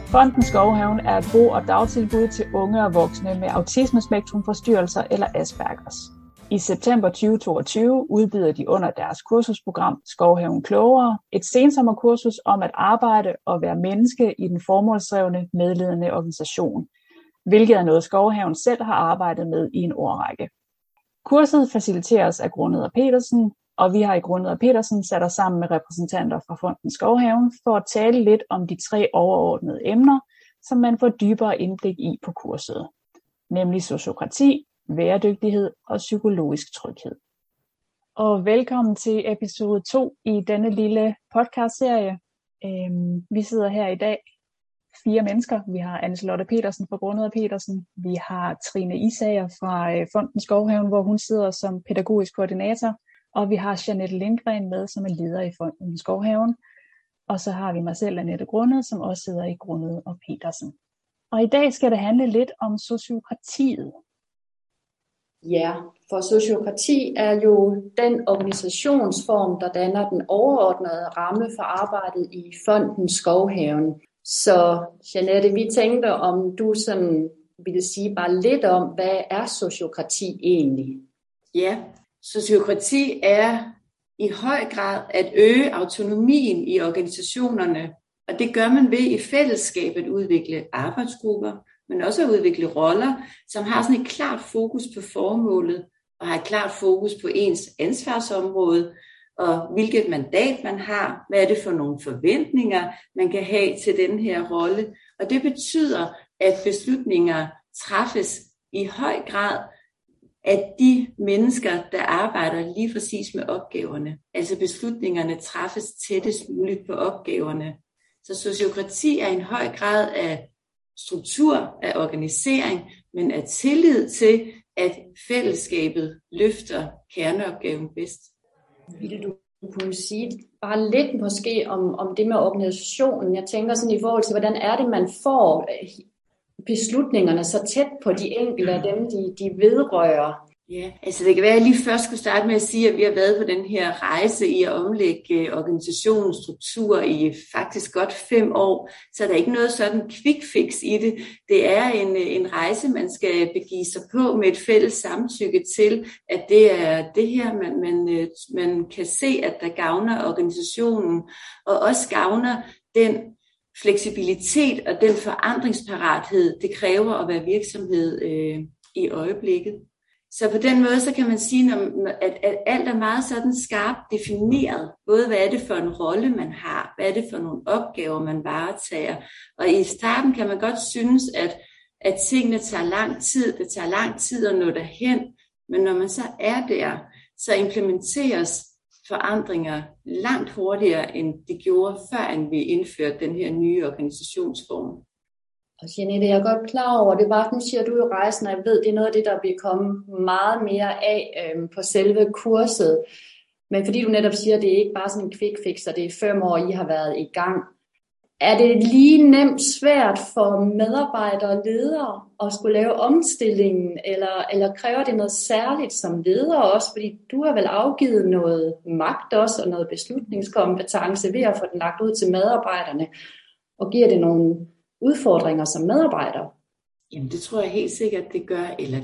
Fonden Skovhaven er et bo- og dagtilbud til unge og voksne med autismespektrumforstyrrelser eller Aspergers. I september 2022 udbyder de under deres kursusprogram Skovhaven Klogere et sensommerkursus om at arbejde og være menneske i den formålsdrevne medledende organisation, hvilket er noget Skovhaven selv har arbejdet med i en årrække. Kurset faciliteres af Grunded og Petersen, og vi har i Grunded og Petersen sat os sammen med repræsentanter fra Fonden Skovhaven for at tale lidt om de 3 overordnede emner, som man får dybere indblik i på kurset, nemlig sociokrati, bæredygtighed og psykologisk tryghed. Og velkommen til episode 2 i denne lille podcastserie. Vi sidder her i dag 4 mennesker. Vi har Anne-Charlotte Petersen fra Grunded og Petersen. Vi har Trine Isager fra Fonden Skovhaven, hvor hun sidder som pædagogisk koordinator. Og vi har Jeanette Lindgren med, som er leder i Fonden Skovhaven. Og så har vi mig selv, Annette Grunded, som også sidder i Grunded og Petersen. Og i dag skal det handle lidt om sociokratiet. Ja, for sociokrati er jo den organisationsform, der danner den overordnede ramme for arbejdet i Fonden Skovhaven. Så Jeanette, vi tænkte, om du sådan ville sige bare lidt om, hvad er sociokrati egentlig? Ja, sociokrati er i høj grad at øge autonomien i organisationerne, og det gør man ved i fællesskab at udvikle arbejdsgrupper, men også at udvikle roller, som har sådan et klart fokus på formålet, og har et klart fokus på ens ansvarsområde, og hvilket mandat man har, hvad er det for nogle forventninger, man kan have til den her rolle. Og det betyder, at beslutninger træffes i høj grad af de mennesker, der arbejder lige præcis med opgaverne. Altså beslutningerne træffes tættest muligt på opgaverne. Så sociokrati er en høj grad af struktur, af organisering, men af tillid til, at fællesskabet løfter kerneopgaven bedst. Vil du kunne sige bare lidt måske om det med organisationen? Jeg tænker sådan i forhold til, hvordan er det, man får beslutningerne så tæt på de enkelte af dem, de vedrører? Ja, altså det kan være, at jeg lige først skulle starte med at sige, at vi har været på den her rejse i at omlægge organisationens struktur i faktisk godt 5 år, så der er ikke noget sådan quick fix i det. Det er en rejse, man skal begive sig på med et fælles samtykke til, at det er det her, man kan se, at der gavner organisationen, og også gavner den fleksibilitet og den forandringsparathed, det kræver at være virksomhed i øjeblikket. Så på den måde, så kan man sige, at alt er meget sådan skarpt defineret. Både hvad er det for en rolle, man har, hvad er det for nogle opgaver, man varetager. Og i starten kan man godt synes, at tingene tager lang tid. Det tager lang tid at nå derhen. Men når man så er der, så implementeres forandringer langt hurtigere, end det gjorde, før vi indførte den her nye organisationsform. Og Jeanette, jeg er godt klar over, det var, nu siger du jo rejsen, og jeg ved, det er noget af det, der vil komme meget mere af på selve kurset. Men fordi du netop siger, at det er ikke bare sådan en quick fix, og det er 5 år, I har været i gang. Er det lige nemt svært for medarbejdere og ledere at skulle lave omstillingen, eller kræver det noget særligt som leder også? Fordi du har vel afgivet noget magt også, og noget beslutningskompetence ved at få den lagt ud til medarbejderne, og giver det nogle udfordringer som medarbejder? Jamen det tror jeg helt sikkert, det gør,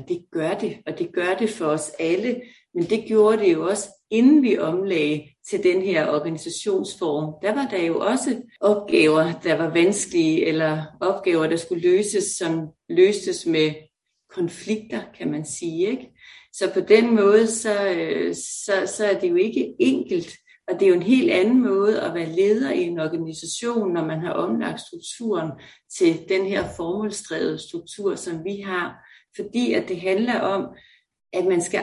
og det gør det for os alle, men det gjorde det jo også, inden vi omlagde til den her organisationsform. Der var der jo også opgaver, der var vanskelige, eller opgaver, der skulle løses, som løstes med konflikter, kan man sige, ikke? Så på den måde, så er det jo ikke enkelt. Og det er jo en helt anden måde at være leder i en organisation, når man har omlagt strukturen til den her formålsdrevede struktur, som vi har. Fordi at det handler om, at man skal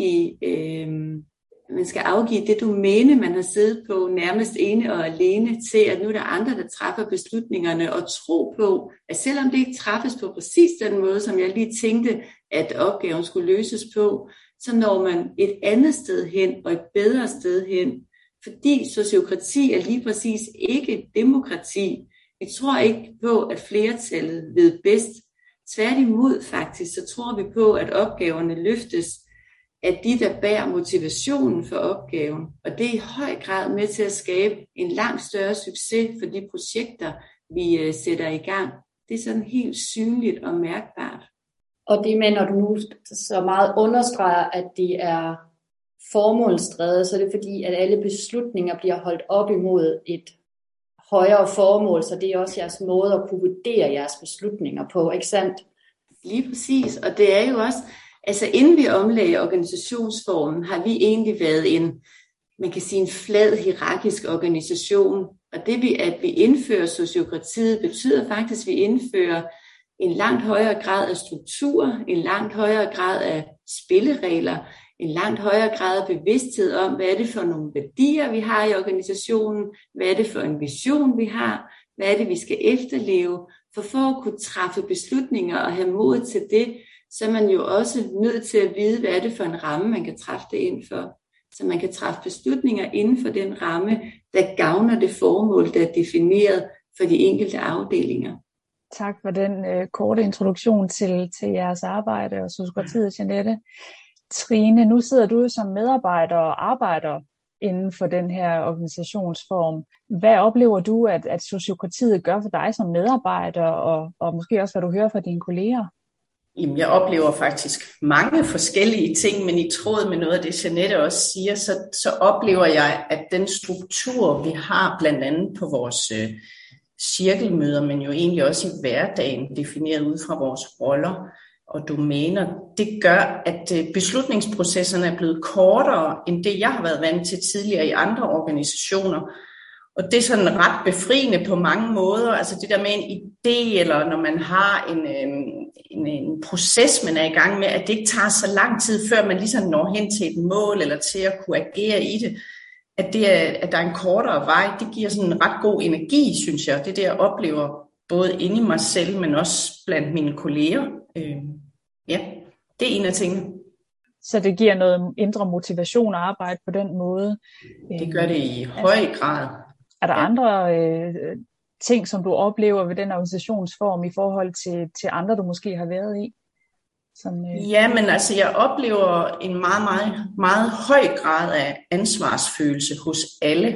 afgive det domæne, man har siddet på nærmest ene og alene til, at nu er der andre, der træffer beslutningerne, og tro på, at selvom det ikke træffes på præcis den måde, som jeg lige tænkte, at opgaven skulle løses på, så når man et andet sted hen og et bedre sted hen. Fordi sociokrati er lige præcis ikke demokrati. Vi tror ikke på, at flertallet ved bedst. Tværtimod faktisk, så tror vi på, at opgaverne løftes af de, der bærer motivationen for opgaven. Og det er i høj grad med til at skabe en langt større succes for de projekter, vi sætter i gang. Det er sådan helt synligt og mærkbart. Og det med, når du nu så meget understreger, at de er formålsdrevet, så er det fordi, at alle beslutninger bliver holdt op imod et højere formål, så det er også jeres måde at kunne vurdere jeres beslutninger på, ikke sandt? Lige præcis, og det er jo også, altså inden vi omlagde organisationsformen, har vi egentlig været man kan sige en flad hierarkisk organisation, og det at vi indfører sociokratiet, betyder faktisk, at vi indfører en langt højere grad af struktur, en langt højere grad af spilleregler, en langt højere grad af bevidsthed om, hvad er det for nogle værdier, vi har i organisationen, hvad er det for en vision, vi har, hvad er det, vi skal efterleve. For at kunne træffe beslutninger og have mod til det, så er man jo også nødt til at vide, hvad er det for en ramme, man kan træffe det inden for. Så man kan træffe beslutninger inden for den ramme, der gavner det formål, der er defineret for de enkelte afdelinger. Tak for den korte introduktion til jeres arbejde og sociokratiet, Jeanette. Trine, nu sidder du som medarbejder og arbejder inden for den her organisationsform. Hvad oplever du, at sociokratiet gør for dig som medarbejder, og måske også, hvad du hører fra dine kolleger? Jamen, jeg oplever faktisk mange forskellige ting, men i tråd med noget af det, Jeanette også siger, så oplever jeg, at den struktur, vi har blandt andet på vores cirkelmøder, men jo egentlig også i hverdagen, defineret ud fra vores roller og domæner, det gør, at beslutningsprocesserne er blevet kortere, end det jeg har været vant til tidligere i andre organisationer. Og det er sådan ret befriende på mange måder, altså det der med en idé, eller når man har en proces, man er i gang med, at det ikke tager så lang tid, før man ligesom når hen til et mål, eller til at kunne agere i det, at der er en kortere vej, det giver sådan en ret god energi, synes jeg. Det er det, jeg oplever, både inde i mig selv, men også blandt mine kolleger. Ja, det er en af tingene. Så det giver noget indre motivation at arbejde på den måde? Det gør det i høj grad. Er der andre ting, som du oplever ved den organisationsform i forhold til andre, du måske har været i? Ja, men altså jeg oplever en meget, meget, meget høj grad af ansvarsfølelse hos alle.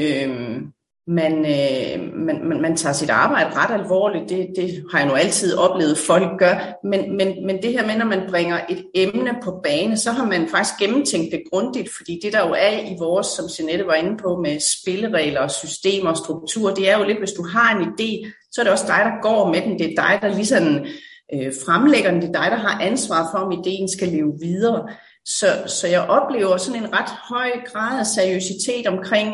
Man tager sit arbejde ret alvorligt, det har jeg nu altid oplevet, folk gør, men det her med, når man bringer et emne på bane, så har man faktisk gennemtænkt det grundigt, fordi det der jo er i vores, som Jeanette var inde på, med spilleregler, systemer og struktur, det er jo lidt, hvis du har en idé, så er det også dig, der går med den, det er dig, der ligesom fremlægger den, det er dig, der har ansvar for, om ideen skal leve videre. Så jeg oplever sådan en ret høj grad af seriøsitet omkring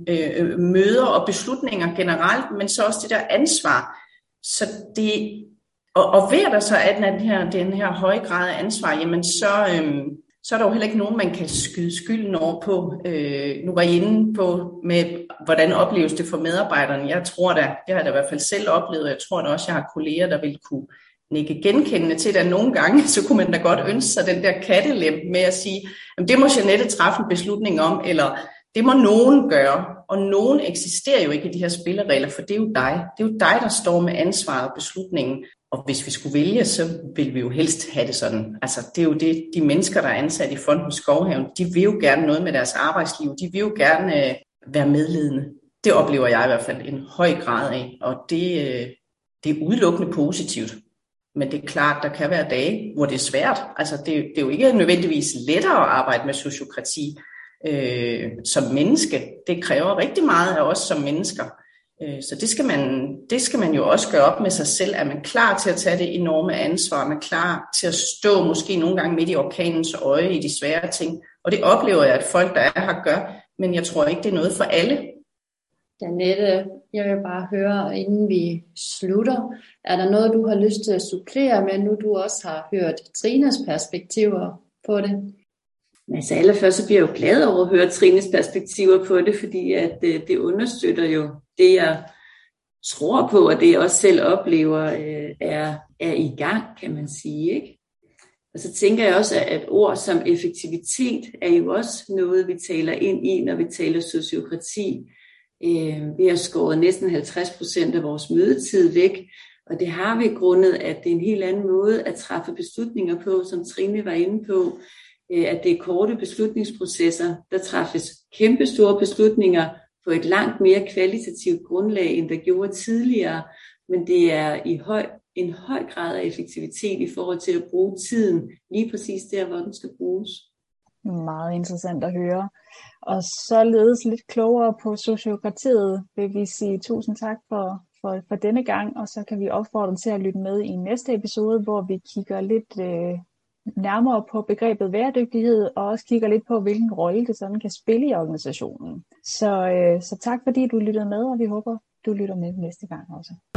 møder og beslutninger generelt, men så også det der ansvar. Så det, og ved der så er den her høje grad af ansvar, jamen så er der jo heller ikke nogen, man kan skyde skylden over på. Nu var jeg inde på med, hvordan opleves det for medarbejderne. Jeg tror da, det har jeg da i hvert fald selv oplevet, og jeg tror da også, jeg har kolleger, der vil kunne nikke genkendende til det, nogle gange, så kunne man da godt ønske sig den der kattelem med at sige, jamen det må Jeanette træffe en beslutning om, eller det må nogen gøre, og nogen eksisterer jo ikke i de her spilleregler, for det er jo dig. Det er jo dig, der står med ansvaret og beslutningen, og hvis vi skulle vælge, så vil vi jo helst have det sådan. Altså det er jo det, de mennesker, der er ansat i Fonden Skovhaven, de vil jo gerne noget med deres arbejdsliv, de vil jo gerne være medledende. Det oplever jeg i hvert fald en høj grad af, og det er udelukkende positivt. Men det er klart, der kan være dage, hvor det er svært. Altså, det er jo ikke nødvendigvis lettere at arbejde med sociokrati som menneske. Det kræver rigtig meget af os som mennesker. Så det skal man jo også gøre op med sig selv. Er man klar til at tage det enorme ansvar? Er man klar til at stå måske nogle gange midt i orkanens øje i de svære ting? Og det oplever jeg, at folk, der er her, gør. Men jeg tror ikke, det er noget for alle. Jeanette, jeg vil bare høre, inden vi slutter, er der noget, du har lyst til at supplere med, nu du også har hørt Trines perspektiver på det? Altså allerførst så bliver jeg jo glad over at høre Trines perspektiver på det, fordi at det understøtter jo det, jeg tror på, og det jeg også selv oplever er i gang, kan man sige, ikke? Og så tænker jeg også, at ord som effektivitet er jo også noget, vi taler ind i, når vi taler sociokrati. Vi har skåret næsten 50% af vores mødetid væk, og det har vi grundet, at det er en helt anden måde at træffe beslutninger på, som Trine var inde på, at det er korte beslutningsprocesser, der træffes kæmpe store beslutninger på et langt mere kvalitativt grundlag, end der gjorde tidligere, men det er en høj grad af effektivitet i forhold til at bruge tiden lige præcis der, hvor den skal bruges. Meget interessant at høre. Og således lidt klogere på sociokratiet vil vi sige tusind tak for denne gang, og så kan vi opfordre til at lytte med i næste episode, hvor vi kigger lidt nærmere på begrebet bæredygtighed, og også kigger lidt på, hvilken rolle det sådan kan spille i organisationen. Så tak fordi du lyttede med, og vi håber, du lytter med næste gang også.